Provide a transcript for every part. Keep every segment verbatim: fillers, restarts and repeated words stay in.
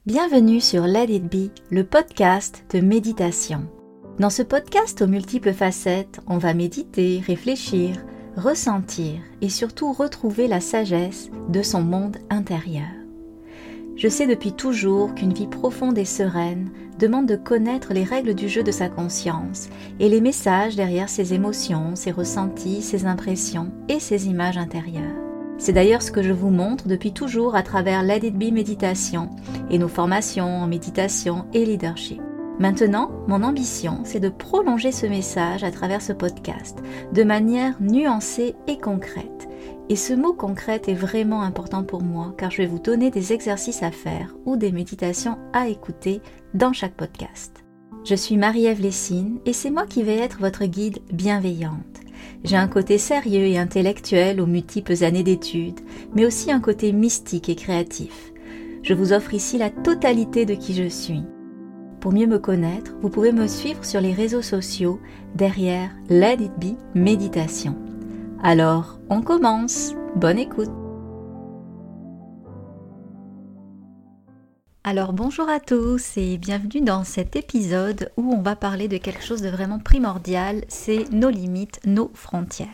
Bienvenue sur Let It Be, le podcast de méditation. Dans ce podcast aux multiples facettes, on va méditer, réfléchir, ressentir et surtout retrouver la sagesse de son monde intérieur. Je sais depuis toujours qu'une vie profonde et sereine demande de connaître les règles du jeu de sa conscience et les messages derrière ses émotions, ses ressentis, ses impressions et ses images intérieures. C'est d'ailleurs ce que je vous montre depuis toujours à travers Let It Be Méditation et nos formations en méditation et leadership. Maintenant, mon ambition, c'est de prolonger ce message à travers ce podcast de manière nuancée et concrète. Et ce mot concrète est vraiment important pour moi car je vais vous donner des exercices à faire ou des méditations à écouter dans chaque podcast. Je suis Marie-Ève Lessine et c'est moi qui vais être votre guide bienveillante. J'ai un côté sérieux et intellectuel aux multiples années d'études, mais aussi un côté mystique et créatif. Je vous offre ici la totalité de qui je suis. Pour mieux me connaître, vous pouvez me suivre sur les réseaux sociaux derrière Let It Be Méditation. Alors, on commence. Bonne écoute. Alors bonjour à tous et bienvenue dans cet épisode où on va parler de quelque chose de vraiment primordial, c'est nos limites, nos frontières.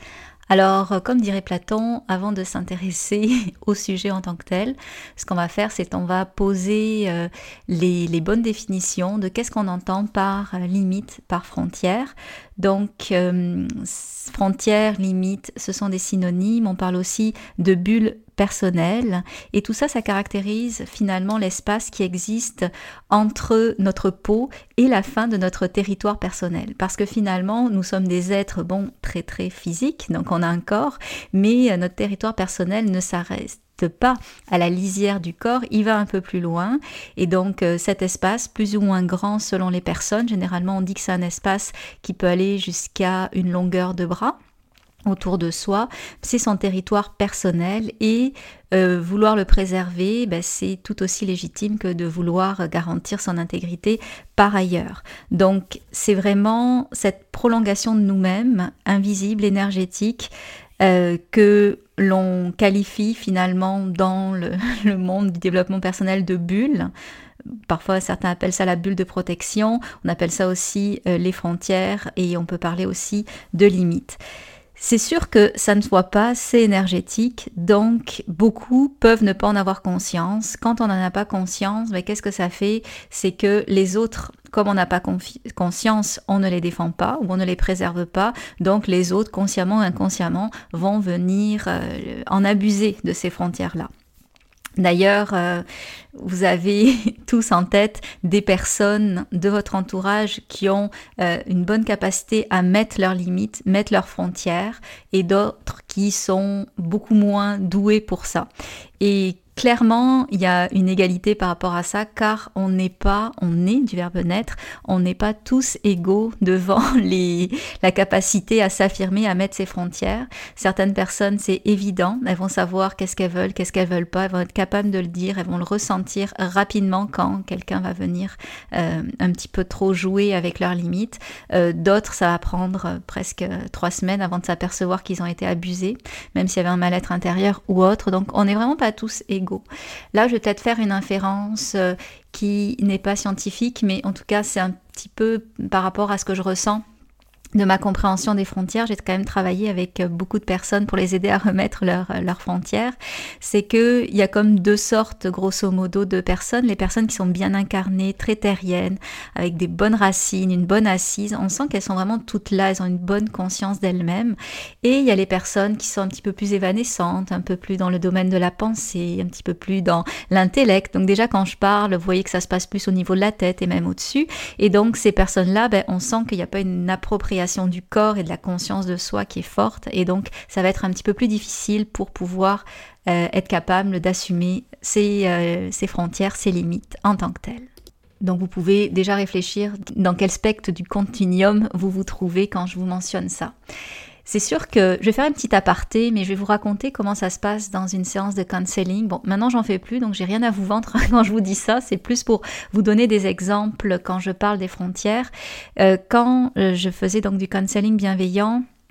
Alors comme dirait Platon, avant de s'intéresser au sujet en tant que tel, ce qu'on va faire c'est qu'on va poser euh, les, les bonnes définitions de qu'est-ce qu'on entend par euh, limite, par frontière. Donc euh, frontières, limites, ce sont des synonymes, on parle aussi de bulles personnel et tout ça, ça caractérise finalement l'espace qui existe entre notre peau et la fin de notre territoire personnel parce que finalement nous sommes des êtres bon très très physiques, donc on a un corps mais notre territoire personnel ne s'arrête pas à la lisière du corps, il va un peu plus loin et donc euh, cet espace plus ou moins grand selon les personnes, généralement on dit que c'est un espace qui peut aller jusqu'à une longueur de bras autour de soi, c'est son territoire personnel et euh, vouloir le préserver, ben, c'est tout aussi légitime que de vouloir garantir son intégrité par ailleurs. Donc c'est vraiment cette prolongation de nous-mêmes, invisible, énergétique, euh, que l'on qualifie finalement dans le, le monde du développement personnel de bulle. Parfois, certains appellent ça la bulle de protection, on appelle ça aussi euh, les frontières et on peut parler aussi de limites. C'est sûr que ça ne soit pas assez énergétique, donc beaucoup peuvent ne pas en avoir conscience. Quand on n'en a pas conscience, mais qu'est-ce que ça fait? C'est que les autres, comme on n'a pas confi- conscience, on ne les défend pas ou on ne les préserve pas. Donc les autres, consciemment ou inconsciemment, vont venir euh, en abuser de ces frontières-là. D'ailleurs, euh, vous avez tous en tête des personnes de votre entourage qui ont euh, une bonne capacité à mettre leurs limites, mettre leurs frontières, et d'autres qui sont beaucoup moins doués pour ça. Et clairement, il y a une égalité par rapport à ça, car on n'est pas, on est du verbe naître, on n'est pas tous égaux devant les, la capacité à s'affirmer, à mettre ses frontières. Certaines personnes, c'est évident, elles vont savoir qu'est-ce qu'elles veulent, qu'est-ce qu'elles veulent pas, elles vont être capables de le dire, elles vont le ressentir rapidement quand quelqu'un va venir euh, un petit peu trop jouer avec leurs limites. Euh, d'autres, ça va prendre euh, presque trois semaines avant de s'apercevoir qu'ils ont été abusés, même s'il y avait un mal-être intérieur ou autre. Donc, on n'est vraiment pas tous égaux. Là, je vais peut-être faire une inférence euh, qui n'est pas scientifique, mais en tout cas, c'est un petit peu par rapport à ce que je ressens de ma compréhension des frontières. J'ai quand même travaillé avec beaucoup de personnes pour les aider à remettre leurs leurs frontières. C'est que il y a comme deux sortes, grosso modo, de personnes. Les personnes qui sont bien incarnées, très terriennes, avec des bonnes racines, une bonne assise. On sent qu'elles sont vraiment toutes là, elles ont une bonne conscience d'elles-mêmes. Et il y a les personnes qui sont un petit peu plus évanescentes, un peu plus dans le domaine de la pensée, un petit peu plus dans l'intellect. Donc déjà, quand je parle, vous voyez que ça se passe plus au niveau de la tête et même au-dessus. Et donc, ces personnes-là, ben, on sent qu'il n'y a pas une appropriation du corps et de la conscience de soi qui est forte et donc ça va être un petit peu plus difficile pour pouvoir euh, être capable d'assumer ses, euh, ses frontières, ses limites en tant que telles. Donc vous pouvez déjà réfléchir dans quel spectre du continuum vous vous trouvez quand je vous mentionne ça. C'est sûr que je vais faire une petite aparté, mais je vais vous raconter comment ça se passe dans une séance de counseling. Bon, maintenant j'en fais plus, donc j'ai rien à vous vendre quand je vous dis ça. C'est plus pour vous donner des exemples quand je parle des frontières. Euh, quand euh, je faisais donc du counseling bienveillant,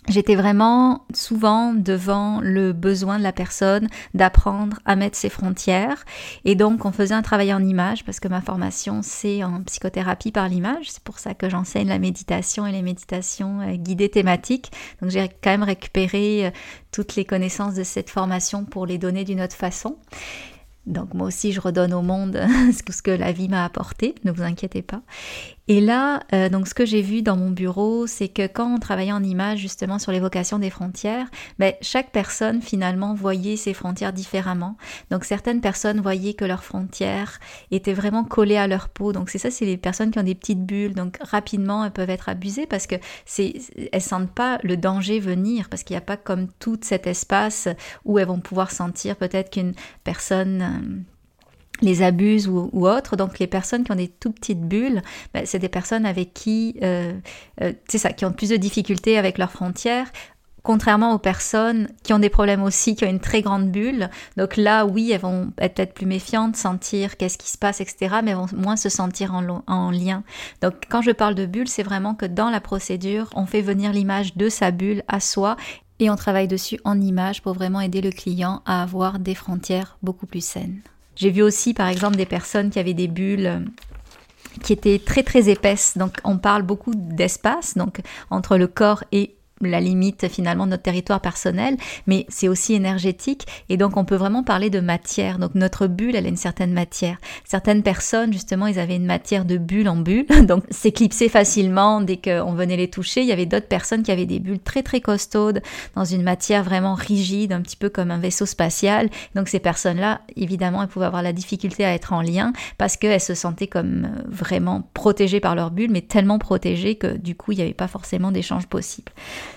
j'étais vraiment souvent devant le besoin de la personne d'apprendre à mettre ses frontières. Et donc, on faisait un travail en images parce que ma formation, c'est en psychothérapie par l'image. C'est pour ça que j'enseigne la méditation et les méditations guidées thématiques. Donc, j'ai quand même récupéré toutes les connaissances de cette formation pour les donner d'une autre façon. Donc, moi aussi, je redonne au monde ce que la vie m'a apporté, ne vous inquiétez pas. Et là, euh, donc ce que j'ai vu dans mon bureau, c'est que quand on travaillait en images justement sur l'évocation des frontières, ben, chaque personne finalement voyait ses frontières différemment. Donc certaines personnes voyaient que leurs frontières étaient vraiment collées à leur peau. Donc c'est ça, c'est les personnes qui ont des petites bulles. Donc rapidement, elles peuvent être abusées parce que c'est, elles sentent pas le danger venir, parce qu'il n'y a pas comme tout cet espace où elles vont pouvoir sentir peut-être qu'une personne euh, les abusent ou, ou autres. Donc les personnes qui ont des tout petites bulles, ben, c'est des personnes avec qui, euh, euh, c'est ça, qui ont plus de difficultés avec leurs frontières, contrairement aux personnes qui ont des problèmes aussi, qui ont une très grande bulle. Donc là, oui, elles vont être peut-être plus méfiantes, sentir qu'est-ce qui se passe, et cetera, mais elles vont moins se sentir en, lo- en lien. Donc quand je parle de bulle, c'est vraiment que dans la procédure, on fait venir l'image de sa bulle à soi et on travaille dessus en image pour vraiment aider le client à avoir des frontières beaucoup plus saines. J'ai vu aussi, par exemple, des personnes qui avaient des bulles qui étaient très, très épaisses. Donc, on parle beaucoup d'espace, donc entre le corps et la limite finalement de notre territoire personnel, mais c'est aussi énergétique et donc on peut vraiment parler de matière. Donc notre bulle, elle a une certaine matière. Certaines personnes, justement, ils avaient une matière de bulle en bulle, donc s'éclipser facilement dès qu'on venait les toucher. Il y avait d'autres personnes qui avaient des bulles très très costaudes dans une matière vraiment rigide, un petit peu comme un vaisseau spatial. Donc ces personnes-là, évidemment, elles pouvaient avoir la difficulté à être en lien parce qu'elles se sentaient comme vraiment protégées par leur bulle, mais tellement protégées que du coup, il n'y avait pas forcément d'échange possible.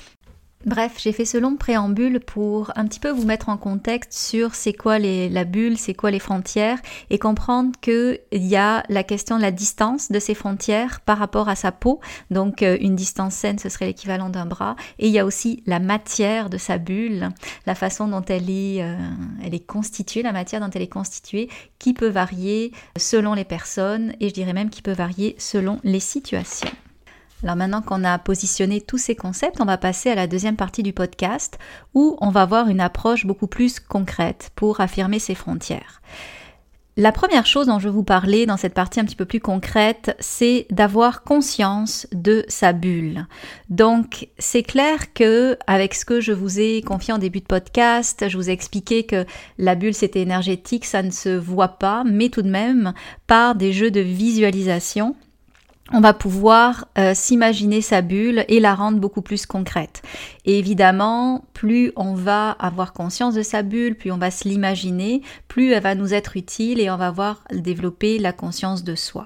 Bref, j'ai fait ce long préambule pour un petit peu vous mettre en contexte sur c'est quoi les, la bulle, c'est quoi les frontières et comprendre qu'il y a la question de la distance de ces frontières par rapport à sa peau. Donc euh, une distance saine, ce serait l'équivalent d'un bras. Et il y a aussi la matière de sa bulle, la façon dont elle est, euh, elle est constituée, la matière dont elle est constituée, qui peut varier selon les personnes et je dirais même qui peut varier selon les situations. Alors maintenant qu'on a positionné tous ces concepts, on va passer à la deuxième partie du podcast où on va voir une approche beaucoup plus concrète pour affirmer ses frontières. La première chose dont je vais vous parler dans cette partie un petit peu plus concrète, c'est d'avoir conscience de sa bulle. Donc, c'est clair que avec ce que je vous ai confié en début de podcast, je vous ai expliqué que la bulle c'était énergétique, ça ne se voit pas, mais tout de même, par des jeux de visualisation, on va pouvoir euh, s'imaginer sa bulle et la rendre beaucoup plus concrète. Et évidemment, plus on va avoir conscience de sa bulle, plus on va se l'imaginer, plus elle va nous être utile et on va voir développer la conscience de soi.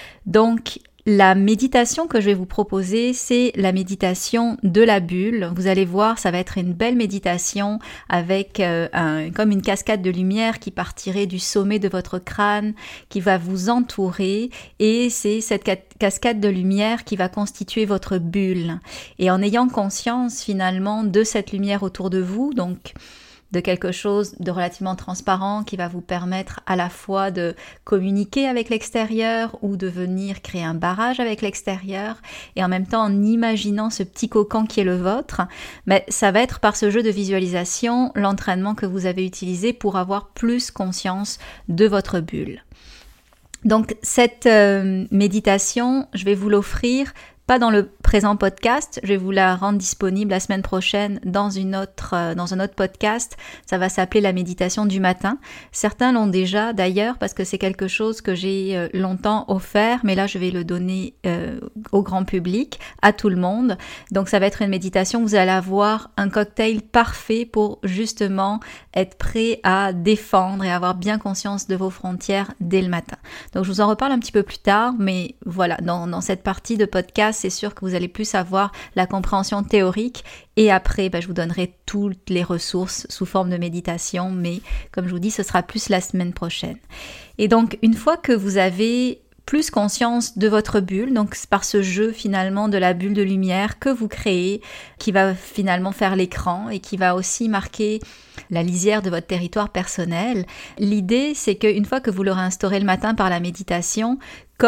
Donc, la méditation que je vais vous proposer, c'est la méditation de la bulle. Vous allez voir, ça va être une belle méditation avec euh, un, comme une cascade de lumière qui partirait du sommet de votre crâne, qui va vous entourer et c'est cette ca- cascade de lumière qui va constituer votre bulle. Et en ayant conscience finalement de cette lumière autour de vous, donc de quelque chose de relativement transparent qui va vous permettre à la fois de communiquer avec l'extérieur ou de venir créer un barrage avec l'extérieur et en même temps en imaginant ce petit cocon qui est le vôtre, mais ça va être par ce jeu de visualisation l'entraînement que vous avez utilisé pour avoir plus conscience de votre bulle. Donc cette euh, méditation, je vais vous l'offrir pas dans le présent podcast, je vais vous la rendre disponible la semaine prochaine dans une autre, euh, dans un autre podcast. Ça va s'appeler la méditation du matin. Certains l'ont déjà d'ailleurs parce que c'est quelque chose que j'ai euh, longtemps offert, mais là je vais le donner euh, au grand public, à tout le monde. Donc ça va être une méditation, vous allez avoir un cocktail parfait pour justement être prêt à défendre et avoir bien conscience de vos frontières dès le matin. Donc je vous en reparle un petit peu plus tard, mais voilà, dans, dans cette partie de podcast, c'est sûr que vous allez plus avoir la compréhension théorique et après, ben, je vous donnerai toutes les ressources sous forme de méditation, mais comme je vous dis, ce sera plus la semaine prochaine. Et donc, une fois que vous avez plus conscience de votre bulle, donc c'est par ce jeu finalement de la bulle de lumière que vous créez, qui va finalement faire l'écran et qui va aussi marquer la lisière de votre territoire personnel. L'idée, c'est qu'une fois que vous l'aurez instauré le matin par la méditation, comme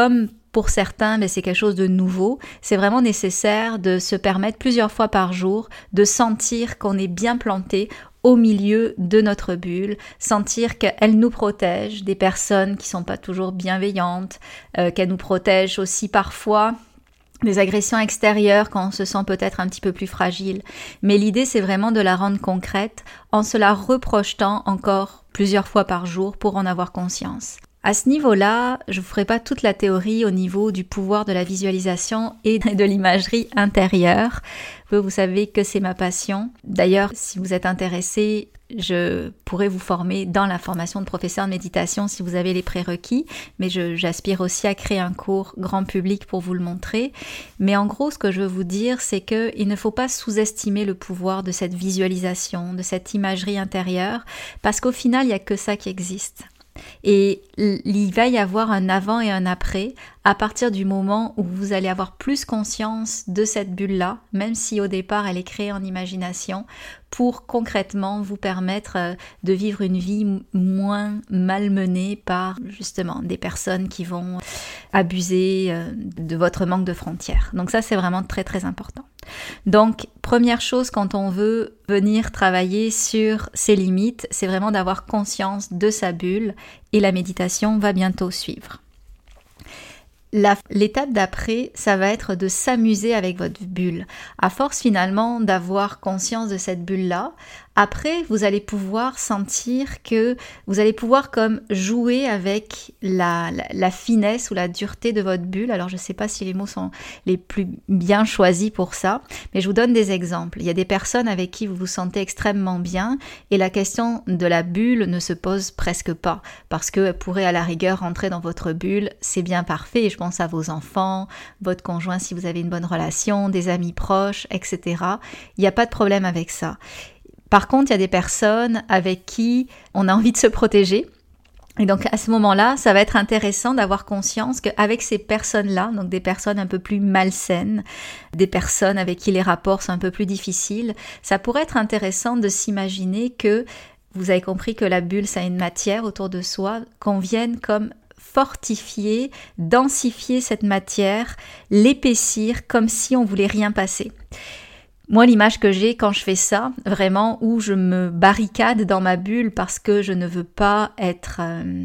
pour certains, mais c'est quelque chose de nouveau. C'est vraiment nécessaire de se permettre plusieurs fois par jour de sentir qu'on est bien planté au milieu de notre bulle, sentir qu'elle nous protège des personnes qui sont pas toujours bienveillantes, euh, qu'elle nous protège aussi parfois des agressions extérieures quand on se sent peut-être un petit peu plus fragile. Mais l'idée, c'est vraiment de la rendre concrète en se la reprojetant encore plusieurs fois par jour pour en avoir conscience. À ce niveau-là, je ne vous ferai pas toute la théorie au niveau du pouvoir de la visualisation et de l'imagerie intérieure. Vous savez que c'est ma passion. D'ailleurs, si vous êtes intéressé, je pourrais vous former dans la formation de professeur de méditation si vous avez les prérequis, mais je, j'aspire aussi à créer un cours grand public pour vous le montrer. Mais en gros, ce que je veux vous dire, c'est qu'il ne faut pas sous-estimer le pouvoir de cette visualisation, de cette imagerie intérieure, parce qu'au final, il n'y a que ça qui existe. Et il va y avoir un avant et un après à partir du moment où vous allez avoir plus conscience de cette bulle-là, même si au départ elle est créée en imagination, pour concrètement vous permettre de vivre une vie moins malmenée par justement des personnes qui vont abuser de votre manque de frontières. Donc ça, c'est vraiment très très important. Donc, première chose quand on veut venir travailler sur ses limites, c'est vraiment d'avoir conscience de sa bulle et la méditation va bientôt suivre. La, l'étape d'après, ça va être de s'amuser avec votre bulle. À force finalement d'avoir conscience de cette bulle-là, après, vous allez pouvoir sentir que vous allez pouvoir comme jouer avec la, la, la finesse ou la dureté de votre bulle. Alors, je ne sais pas si les mots sont les plus bien choisis pour ça, mais je vous donne des exemples. Il y a des personnes avec qui vous vous sentez extrêmement bien et la question de la bulle ne se pose presque pas parce qu'elle pourrait à la rigueur rentrer dans votre bulle. C'est bien parfait. Je pense à vos enfants, votre conjoint si vous avez une bonne relation, des amis proches, et cetera. Il n'y a pas de problème avec ça. Par contre, il y a des personnes avec qui on a envie de se protéger. Et donc, à ce moment-là, ça va être intéressant d'avoir conscience qu'avec ces personnes-là, donc des personnes un peu plus malsaines, des personnes avec qui les rapports sont un peu plus difficiles, ça pourrait être intéressant de s'imaginer que, vous avez compris que la bulle, ça a une matière autour de soi, qu'on vienne comme fortifier, densifier cette matière, l'épaissir comme si on voulait rien passer. Moi, l'image que j'ai quand je fais ça, vraiment, où je me barricade dans ma bulle parce que je ne veux pas être euh,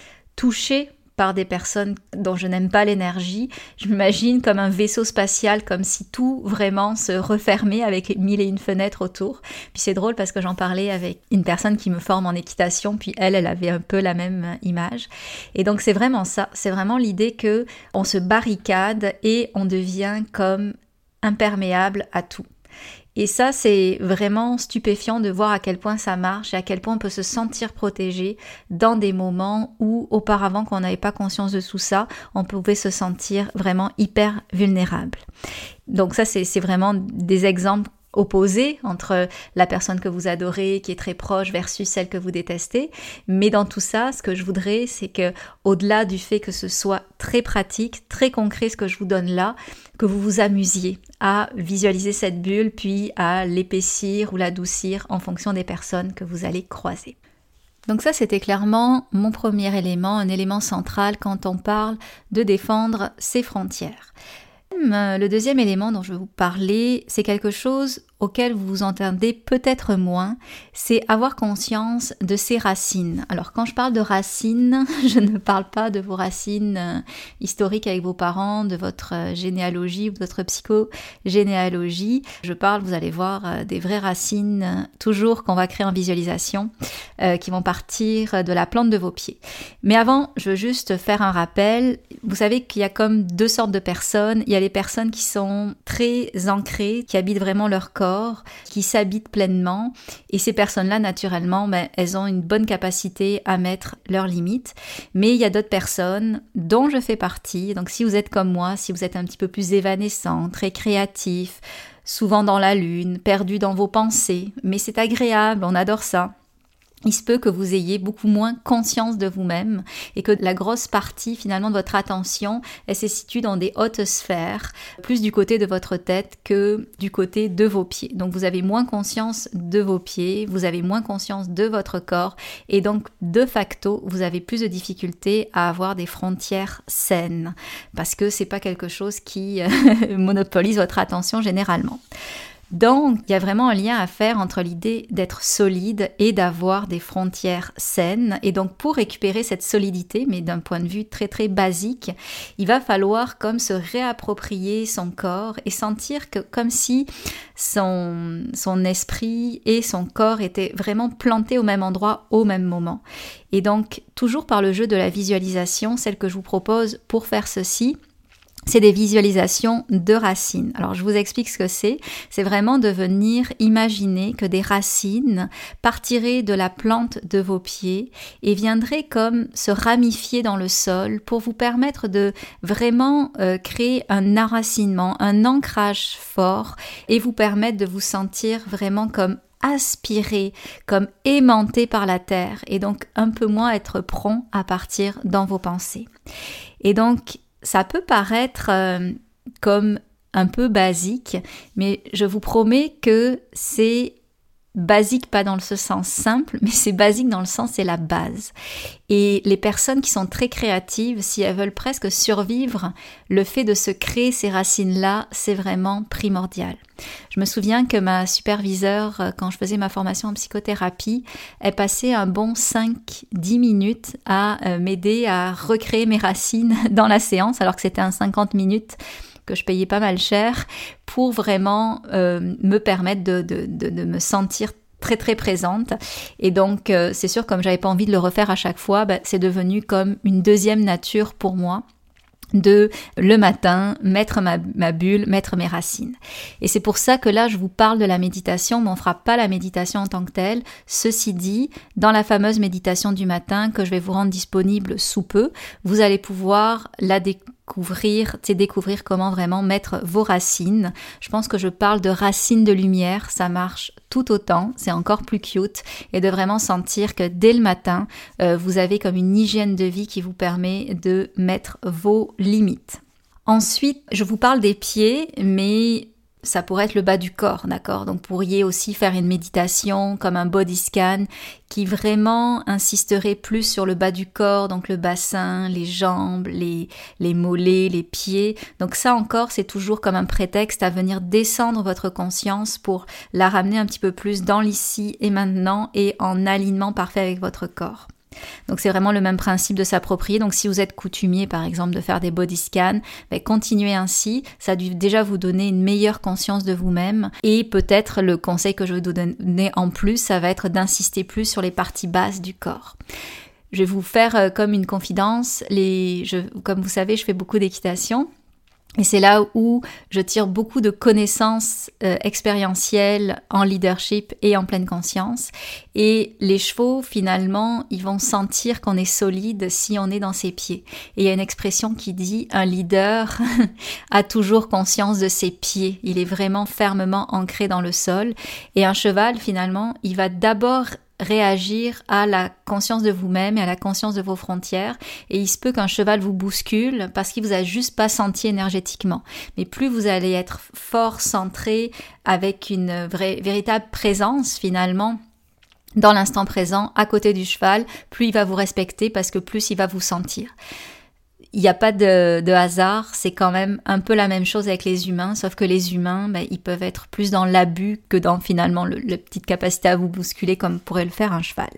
touchée par des personnes dont je n'aime pas l'énergie, je m'imagine comme un vaisseau spatial, comme si tout vraiment se refermait avec mille et une fenêtres autour. Puis c'est drôle parce que j'en parlais avec une personne qui me forme en équitation, puis elle, elle avait un peu la même image. Et donc c'est vraiment ça, c'est vraiment l'idée que on se barricade et on devient comme imperméable à tout. Et ça, c'est vraiment stupéfiant de voir à quel point ça marche et à quel point on peut se sentir protégé dans des moments où, auparavant, quand on n'avait pas conscience de tout ça, on pouvait se sentir vraiment hyper vulnérable. Donc ça, c'est, c'est vraiment des exemples opposés entre la personne que vous adorez, qui est très proche, versus celle que vous détestez. Mais dans tout ça, ce que je voudrais, c'est que, au-delà du fait que ce soit très pratique, très concret, ce que je vous donne là, que vous vous amusiez à visualiser cette bulle, puis à l'épaissir ou l'adoucir en fonction des personnes que vous allez croiser. Donc ça, c'était clairement mon premier élément, un élément central quand on parle de défendre ses frontières. Le deuxième élément dont je vais vous parler, c'est quelque chose auquel vous vous entendez peut-être moins, c'est avoir conscience de ses racines. Alors quand je parle de racines, je ne parle pas de vos racines historiques avec vos parents, de votre généalogie ou de votre psychogénéalogie. Je parle, vous allez voir, des vraies racines, toujours qu'on va créer en visualisation, euh, qui vont partir de la plante de vos pieds. Mais avant, je veux juste faire un rappel. Vous savez qu'il y a comme deux sortes de personnes. Il y a les personnes qui sont très ancrées, qui habitent vraiment leur corps, qui s'habitent pleinement, et ces personnes-là, naturellement, ben, elles ont une bonne capacité à mettre leurs limites, mais il y a d'autres personnes dont je fais partie, donc si vous êtes comme moi, si vous êtes un petit peu plus évanescent, très créatif, souvent dans la lune, perdu dans vos pensées, mais c'est agréable, on adore ça. il se peut que vous ayez beaucoup moins conscience de vous-même et que la grosse partie finalement de votre attention, elle se situe dans des hautes sphères, plus du côté de votre tête que du côté de vos pieds. Donc vous avez moins conscience de vos pieds, vous avez moins conscience de votre corps et donc de facto, vous avez plus de difficultés à avoir des frontières saines parce que c'est pas quelque chose qui monopolise votre attention généralement. Donc, il y a vraiment un lien à faire entre l'idée d'être solide et d'avoir des frontières saines. Et donc, pour récupérer cette solidité, mais d'un point de vue très très basique, il va falloir comme se réapproprier son corps et sentir que comme si son, son esprit et son corps étaient vraiment plantés au même endroit au même moment. Et donc, toujours par le jeu de la visualisation, celle que je vous propose pour faire ceci, c'est des visualisations de racines. Alors, je vous explique ce que c'est. C'est vraiment de venir imaginer que des racines partiraient de la plante de vos pieds et viendraient comme se ramifier dans le sol pour vous permettre de vraiment euh, créer un enracinement, un ancrage fort et vous permettre de vous sentir vraiment comme aspiré, comme aimanté par la terre et donc un peu moins être prompt à partir dans vos pensées. Et donc, ça peut paraître euh, comme un peu basique, mais je vous promets que c'est basique pas dans le sens simple, mais c'est basique dans le sens c'est la base. Et les personnes qui sont très créatives, si elles veulent presque survivre, le fait de se créer ces racines-là, c'est vraiment primordial. Je me souviens que ma superviseure, quand je faisais ma formation en psychothérapie, elle passait un bon cinq à dix minutes à m'aider à recréer mes racines dans la séance, alors que c'était un cinquante minutes que je payais pas mal cher pour vraiment euh, me permettre de, de, de, de me sentir très très présente. Et donc euh, c'est sûr, comme j'avais pas envie de le refaire à chaque fois, bah, c'est devenu comme une deuxième nature pour moi de le matin mettre ma, ma bulle, mettre mes racines. Et c'est pour ça que là je vous parle de la méditation, mais on fera pas la méditation en tant que telle. Ceci dit, dans la fameuse méditation du matin que je vais vous rendre disponible sous peu, vous allez pouvoir la découvrir découvrir, c'est découvrir comment vraiment mettre vos racines. Je pense que je parle de racines de lumière, ça marche tout autant, c'est encore plus cute, et de vraiment sentir que dès le matin, euh, vous avez comme une hygiène de vie qui vous permet de mettre vos limites. Ensuite, je vous parle des pieds, mais ça pourrait être le bas du corps, d'accord? Donc, vous pourriez aussi faire une méditation comme un body scan qui vraiment insisterait plus sur le bas du corps, donc le bassin, les jambes, les, les mollets, les pieds. Donc ça encore, c'est toujours comme un prétexte à venir descendre votre conscience pour la ramener un petit peu plus dans l'ici et maintenant et en alignement parfait avec votre corps. Donc c'est vraiment le même principe de s'approprier. Donc si vous êtes coutumier par exemple de faire des body scans, ben, continuez ainsi, ça a dû déjà vous donner une meilleure conscience de vous-même et peut-être le conseil que je vais vous donner en plus, ça va être d'insister plus sur les parties basses du corps. Je vais vous faire euh, comme une confidence, les, je, comme vous savez je fais beaucoup d'équitation. Et c'est là où je tire beaucoup de connaissances euh, expérientielles en leadership et en pleine conscience. Et les chevaux, finalement, ils vont sentir qu'on est solide si on est dans ses pieds. Et il y a une expression qui dit « un leader a toujours conscience de ses pieds ». Il est vraiment fermement ancré dans le sol. Et un cheval, finalement, il va d'abord réagir à la conscience de vous-même et à la conscience de vos frontières, et il se peut qu'un cheval vous bouscule parce qu'il vous a juste pas senti énergétiquement. Mais plus vous allez être fort centré avec une vraie, véritable présence finalement dans l'instant présent à côté du cheval, plus il va vous respecter parce que plus il va vous sentir. Il n'y a pas de, de hasard, c'est quand même un peu la même chose avec les humains, sauf que les humains, ben, ils peuvent être plus dans l'abus que dans finalement le, la petite capacité à vous bousculer comme pourrait le faire un cheval.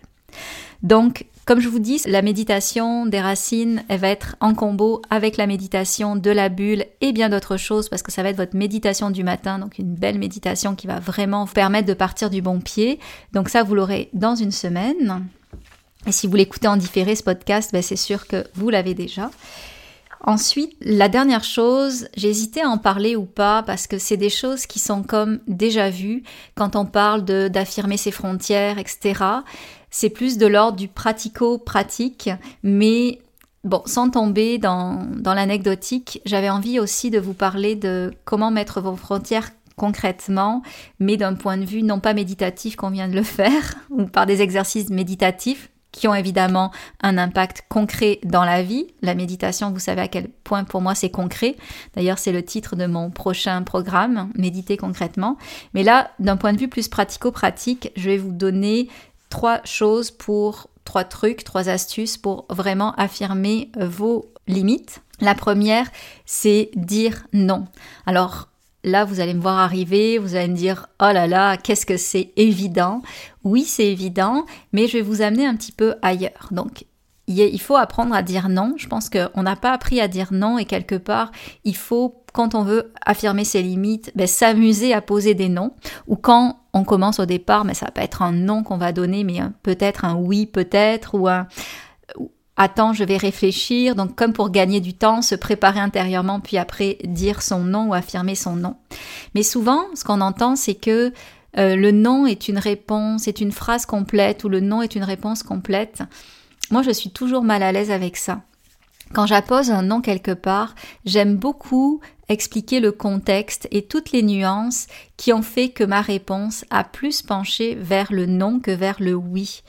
Donc, comme je vous dis, la méditation des racines, elle va être en combo avec la méditation de la bulle et bien d'autres choses parce que ça va être votre méditation du matin, donc une belle méditation qui va vraiment vous permettre de partir du bon pied. Donc ça, vous l'aurez dans une semaine. Et si vous l'écoutez en différé, ce podcast, ben c'est sûr que vous l'avez déjà. Ensuite, la dernière chose, j'ai hésité à en parler ou pas parce que c'est des choses qui sont comme déjà vues quand on parle de, d'affirmer ses frontières, et cetera. C'est plus de l'ordre du pratico-pratique, mais bon, sans tomber dans, dans l'anecdotique, j'avais envie aussi de vous parler de comment mettre vos frontières concrètement, mais d'un point de vue non pas méditatif qu'on vient de le faire, ou par des exercices méditatifs qui ont évidemment un impact concret dans la vie. La méditation, vous savez à quel point pour moi c'est concret. D'ailleurs, c'est le titre de mon prochain programme, Méditer concrètement. Mais là, d'un point de vue plus pratico-pratique, je vais vous donner trois choses pour, trois trucs, trois astuces pour vraiment affirmer vos limites. La première, c'est dire non. Alors, là, vous allez me voir arriver, vous allez me dire « Oh là là, qu'est-ce que c'est évident !» Oui, c'est évident, mais je vais vous amener un petit peu ailleurs. Donc, il faut apprendre à dire non. Je pense qu'on n'a pas appris à dire non et quelque part, il faut, quand on veut affirmer ses limites, ben, s'amuser à poser des noms. Ou quand on commence au départ, mais ça va pas être un non qu'on va donner, mais un, peut-être un oui, peut-être, ou un... Attends, je vais réfléchir, donc comme pour gagner du temps, se préparer intérieurement, puis après dire son non ou affirmer son non. Mais souvent, ce qu'on entend, c'est que euh, le non est une réponse, est une phrase complète, ou le non est une réponse complète. Moi, je suis toujours mal à l'aise avec ça. Quand j'appose un non quelque part, j'aime beaucoup expliquer le contexte et toutes les nuances qui ont fait que ma réponse a plus penché vers le non que vers le oui.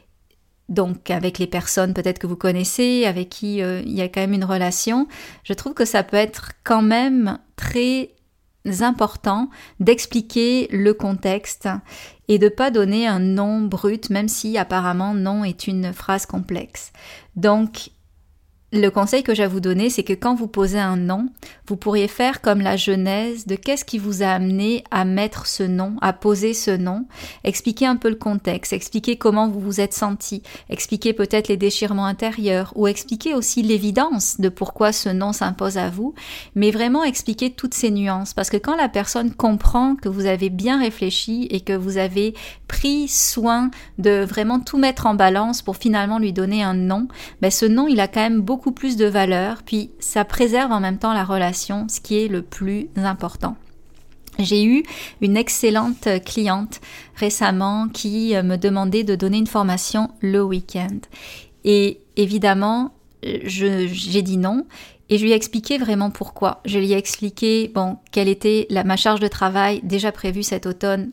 Donc avec les personnes peut-être que vous connaissez, avec qui euh, il y a quand même une relation, je trouve que ça peut être quand même très important d'expliquer le contexte et de ne pas donner un non brut, même si apparemment non est une phrase complexe. Donc le conseil que j'ai à vous donner, c'est que quand vous posez un non, vous pourriez faire comme la genèse de qu'est-ce qui vous a amené à mettre ce non, à poser ce non, expliquer un peu le contexte, expliquer comment vous vous êtes senti, expliquer peut-être les déchirements intérieurs ou expliquer aussi l'évidence de pourquoi ce non s'impose à vous, mais vraiment expliquer toutes ces nuances parce que quand la personne comprend que vous avez bien réfléchi et que vous avez pris soin de vraiment tout mettre en balance pour finalement lui donner un non, ben ce non il a quand même beaucoup beaucoup plus de valeur, puis ça préserve en même temps la relation, ce qui est le plus important. J'ai eu une excellente cliente récemment qui me demandait de donner une formation le week-end. Et évidemment, je, j'ai dit non. Et je lui ai expliqué vraiment pourquoi. Je lui ai expliqué bon, quelle était la, ma charge de travail déjà prévue cet automne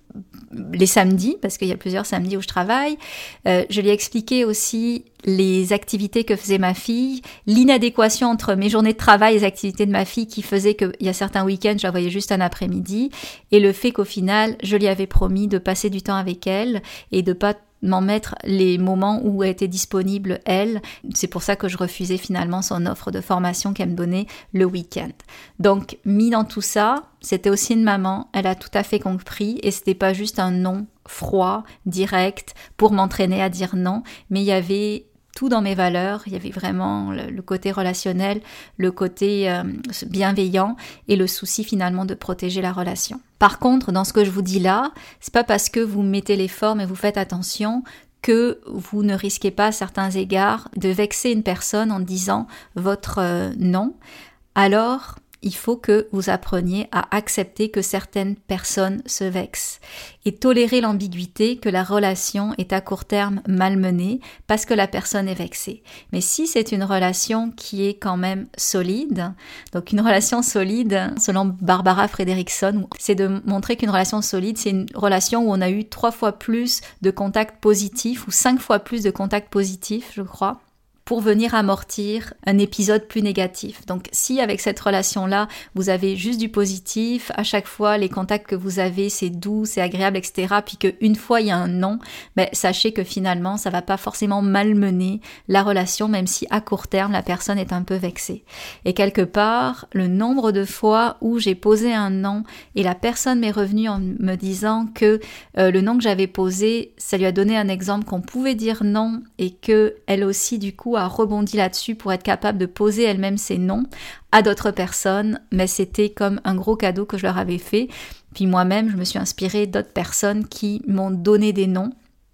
les samedis, parce qu'il y a plusieurs samedis où je travaille. Euh, je lui ai expliqué aussi les activités que faisait ma fille, l'inadéquation entre mes journées de travail et les activités de ma fille qui faisait qu'il y a certains week-ends, je la voyais juste un après-midi, et le fait qu'au final, je lui avais promis de passer du temps avec elle et de pas m'en mettre les moments où elle était disponible, elle. C'est pour ça que je refusais finalement son offre de formation qu'elle me donnait le week-end. Donc, mis dans tout ça, c'était aussi une maman, elle a tout à fait compris et c'était pas juste un non froid, direct, pour m'entraîner à dire non, mais il y avait tout dans mes valeurs, il y avait vraiment le, le côté relationnel, le côté euh, bienveillant et le souci finalement de protéger la relation. Par contre, dans ce que je vous dis là, c'est pas parce que vous mettez l'effort mais vous faites attention que vous ne risquez pas à certains égards de vexer une personne en disant votre euh, non. Alors, il faut que vous appreniez à accepter que certaines personnes se vexent et tolérer l'ambiguïté que la relation est à court terme malmenée parce que la personne est vexée. Mais si c'est une relation qui est quand même solide, donc une relation solide, selon Barbara Fredrickson, c'est de montrer qu'une relation solide, c'est une relation où on a eu trois fois plus de contacts positifs ou cinq fois plus de contacts positifs, je crois, pour venir amortir un épisode plus négatif. Donc si avec cette relation-là, vous avez juste du positif, à chaque fois les contacts que vous avez, c'est doux, c'est agréable, et cetera, puis qu'une fois il y a un non, ben, sachez que finalement ça va pas forcément malmener la relation, même si à court terme la personne est un peu vexée. Et quelque part, le nombre de fois où j'ai posé un non et la personne m'est revenue en me disant que euh, le non que j'avais posé, ça lui a donné un exemple qu'on pouvait dire non et que elle aussi du coup a rebondi là-dessus pour être capable de poser elle-même ses noms à d'autres personnes, mais c'était comme un gros cadeau que je leur avais fait. Puis moi-même, je me suis inspirée d'autres personnes qui m'ont donné des noms.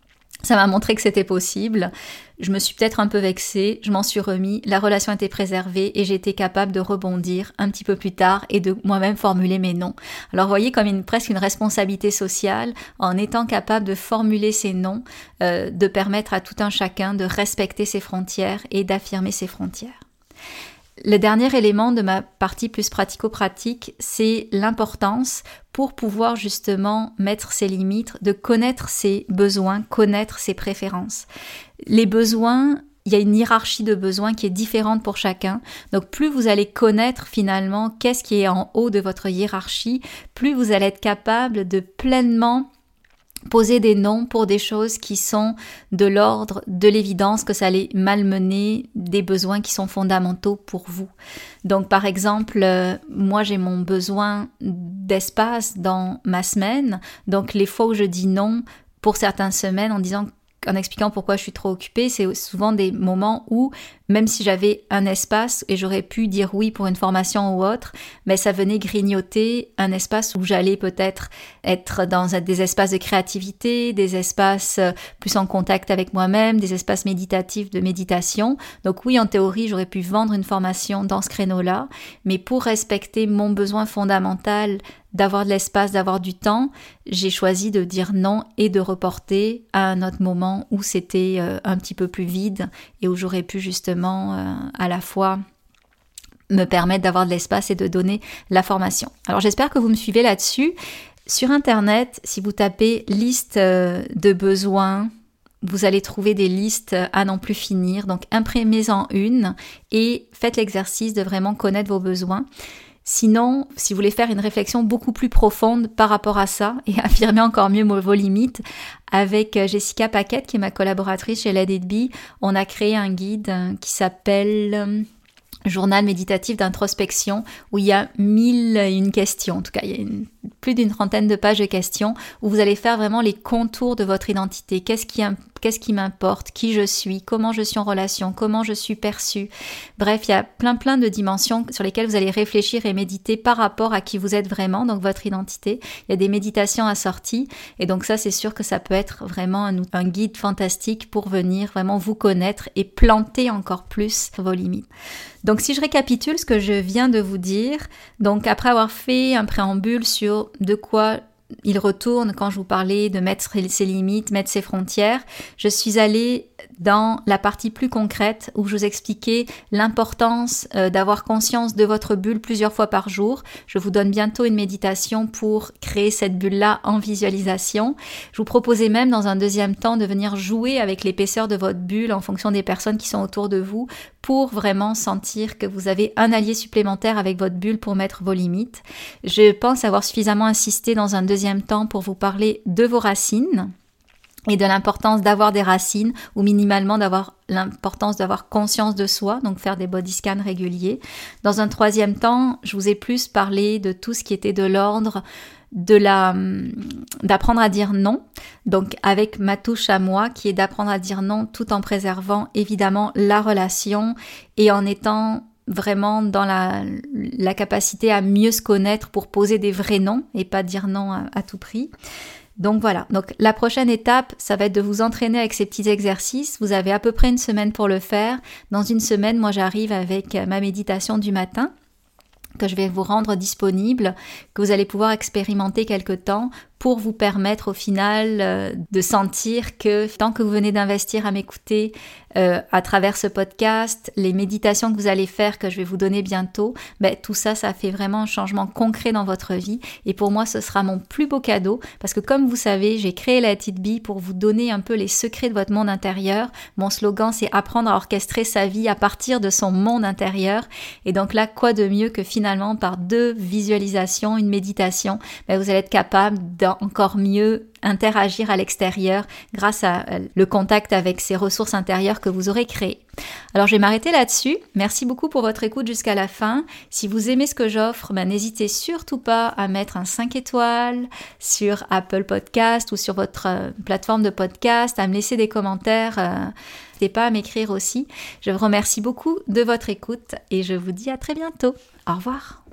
Ça m'a montré que c'était possible. Je me suis peut-être un peu vexée, je m'en suis remis, la relation était préservée et j'ai été capable de rebondir un petit peu plus tard et de moi-même formuler mes noms. Alors vous voyez comme une, presque une responsabilité sociale en étant capable de formuler ses noms, euh, de permettre à tout un chacun de respecter ses frontières et d'affirmer ses frontières. Le dernier élément de ma partie plus pratico-pratique, c'est l'importance pour pouvoir justement mettre ses limites, de connaître ses besoins, connaître ses préférences. Les besoins, il y a une hiérarchie de besoins qui est différente pour chacun. Donc plus vous allez connaître finalement qu'est-ce qui est en haut de votre hiérarchie, plus vous allez être capable de pleinement poser des noms pour des choses qui sont de l'ordre de l'évidence, que ça allait malmener des besoins qui sont fondamentaux pour vous. Donc par exemple, euh, moi j'ai mon besoin d'espace dans ma semaine, donc les fois où je dis non pour certaines semaines en disant en expliquant pourquoi je suis trop occupée, c'est souvent des moments où, même si j'avais un espace et j'aurais pu dire oui pour une formation ou autre, mais ça venait grignoter un espace où j'allais peut-être être dans des espaces de créativité, des espaces plus en contact avec moi-même, des espaces méditatifs de méditation. Donc oui, en théorie, j'aurais pu vendre une formation dans ce créneau-là, mais pour respecter mon besoin fondamental d'avoir de l'espace, d'avoir du temps, j'ai choisi de dire non et de reporter à un autre moment où c'était euh, un petit peu plus vide et où j'aurais pu justement euh, à la fois me permettre d'avoir de l'espace et de donner la formation. Alors j'espère que vous me suivez là-dessus. Sur Internet, si vous tapez liste euh, de besoins, vous allez trouver des listes à n'en plus finir. Donc imprimez-en une et faites l'exercice de vraiment connaître vos besoins. Sinon, si vous voulez faire une réflexion beaucoup plus profonde par rapport à ça et affirmer encore mieux vos limites, avec Jessica Paquette, qui est ma collaboratrice chez Let It Be, on a créé un guide qui s'appelle Journal méditatif d'introspection, où il y a mille et une questions. En tout cas, il y a une, plus d'une trentaine de pages de questions où vous allez faire vraiment les contours de votre identité. Qu'est-ce qui, qu'est-ce qui m'importe? Qui je suis? Comment je suis en relation? Comment je suis perçue? Bref, il y a plein plein de dimensions sur lesquelles vous allez réfléchir et méditer par rapport à qui vous êtes vraiment, donc votre identité. Il y a des méditations assorties et donc ça, c'est sûr que ça peut être vraiment un, un guide fantastique pour venir vraiment vous connaître et planter encore plus vos limites. Donc si je récapitule ce que je viens de vous dire, donc après avoir fait un préambule sur de quoi il retourne quand je vous parlais de mettre ses limites, mettre ses frontières, je suis allée dans la partie plus concrète où je vous expliquais l'importance euh, d'avoir conscience de votre bulle plusieurs fois par jour. Je vous donne bientôt une méditation pour créer cette bulle-là en visualisation. Je vous proposais même dans un deuxième temps de venir jouer avec l'épaisseur de votre bulle en fonction des personnes qui sont autour de vous pour vraiment sentir que vous avez un allié supplémentaire avec votre bulle pour mettre vos limites. Je pense avoir suffisamment insisté dans un deuxième temps pour vous parler de vos racines et de l'importance d'avoir des racines ou minimalement d'avoir l'importance d'avoir conscience de soi, donc faire des body scans réguliers. Dans un troisième temps, je vous ai plus parlé de tout ce qui était de l'ordre de la d'apprendre à dire non, donc avec ma touche à moi qui est d'apprendre à dire non tout en préservant évidemment la relation et en étant vraiment dans la, la capacité à mieux se connaître pour poser des vrais noms et pas dire non à, à tout prix. Donc voilà, donc la prochaine étape, ça va être de vous entraîner avec ces petits exercices. Vous avez à peu près une semaine pour le faire. Dans une semaine, moi j'arrive avec ma méditation du matin que je vais vous rendre disponible, que vous allez pouvoir expérimenter quelque temps pour vous permettre au final euh, de sentir que tant que vous venez d'investir à m'écouter euh, à travers ce podcast, les méditations que vous allez faire, que je vais vous donner bientôt, ben, tout ça, ça fait vraiment un changement concret dans votre vie. Et pour moi, ce sera mon plus beau cadeau parce que comme vous savez, j'ai créé Let It Be pour vous donner un peu les secrets de votre monde intérieur. Mon slogan, c'est apprendre à orchestrer sa vie à partir de son monde intérieur. Et donc là, quoi de mieux que finalement par deux visualisations, une méditation, ben, vous allez être capable d'en encore mieux interagir à l'extérieur grâce à le contact avec ces ressources intérieures que vous aurez créées. Alors je vais m'arrêter là-dessus. Merci beaucoup pour votre écoute jusqu'à la fin. Si vous aimez ce que j'offre, ben, n'hésitez surtout pas à mettre un cinq étoiles sur Apple Podcast ou sur votre euh, plateforme de podcast, à me laisser des commentaires. Euh, n'hésitez pas à m'écrire aussi. Je vous remercie beaucoup de votre écoute et je vous dis à très bientôt. Au revoir.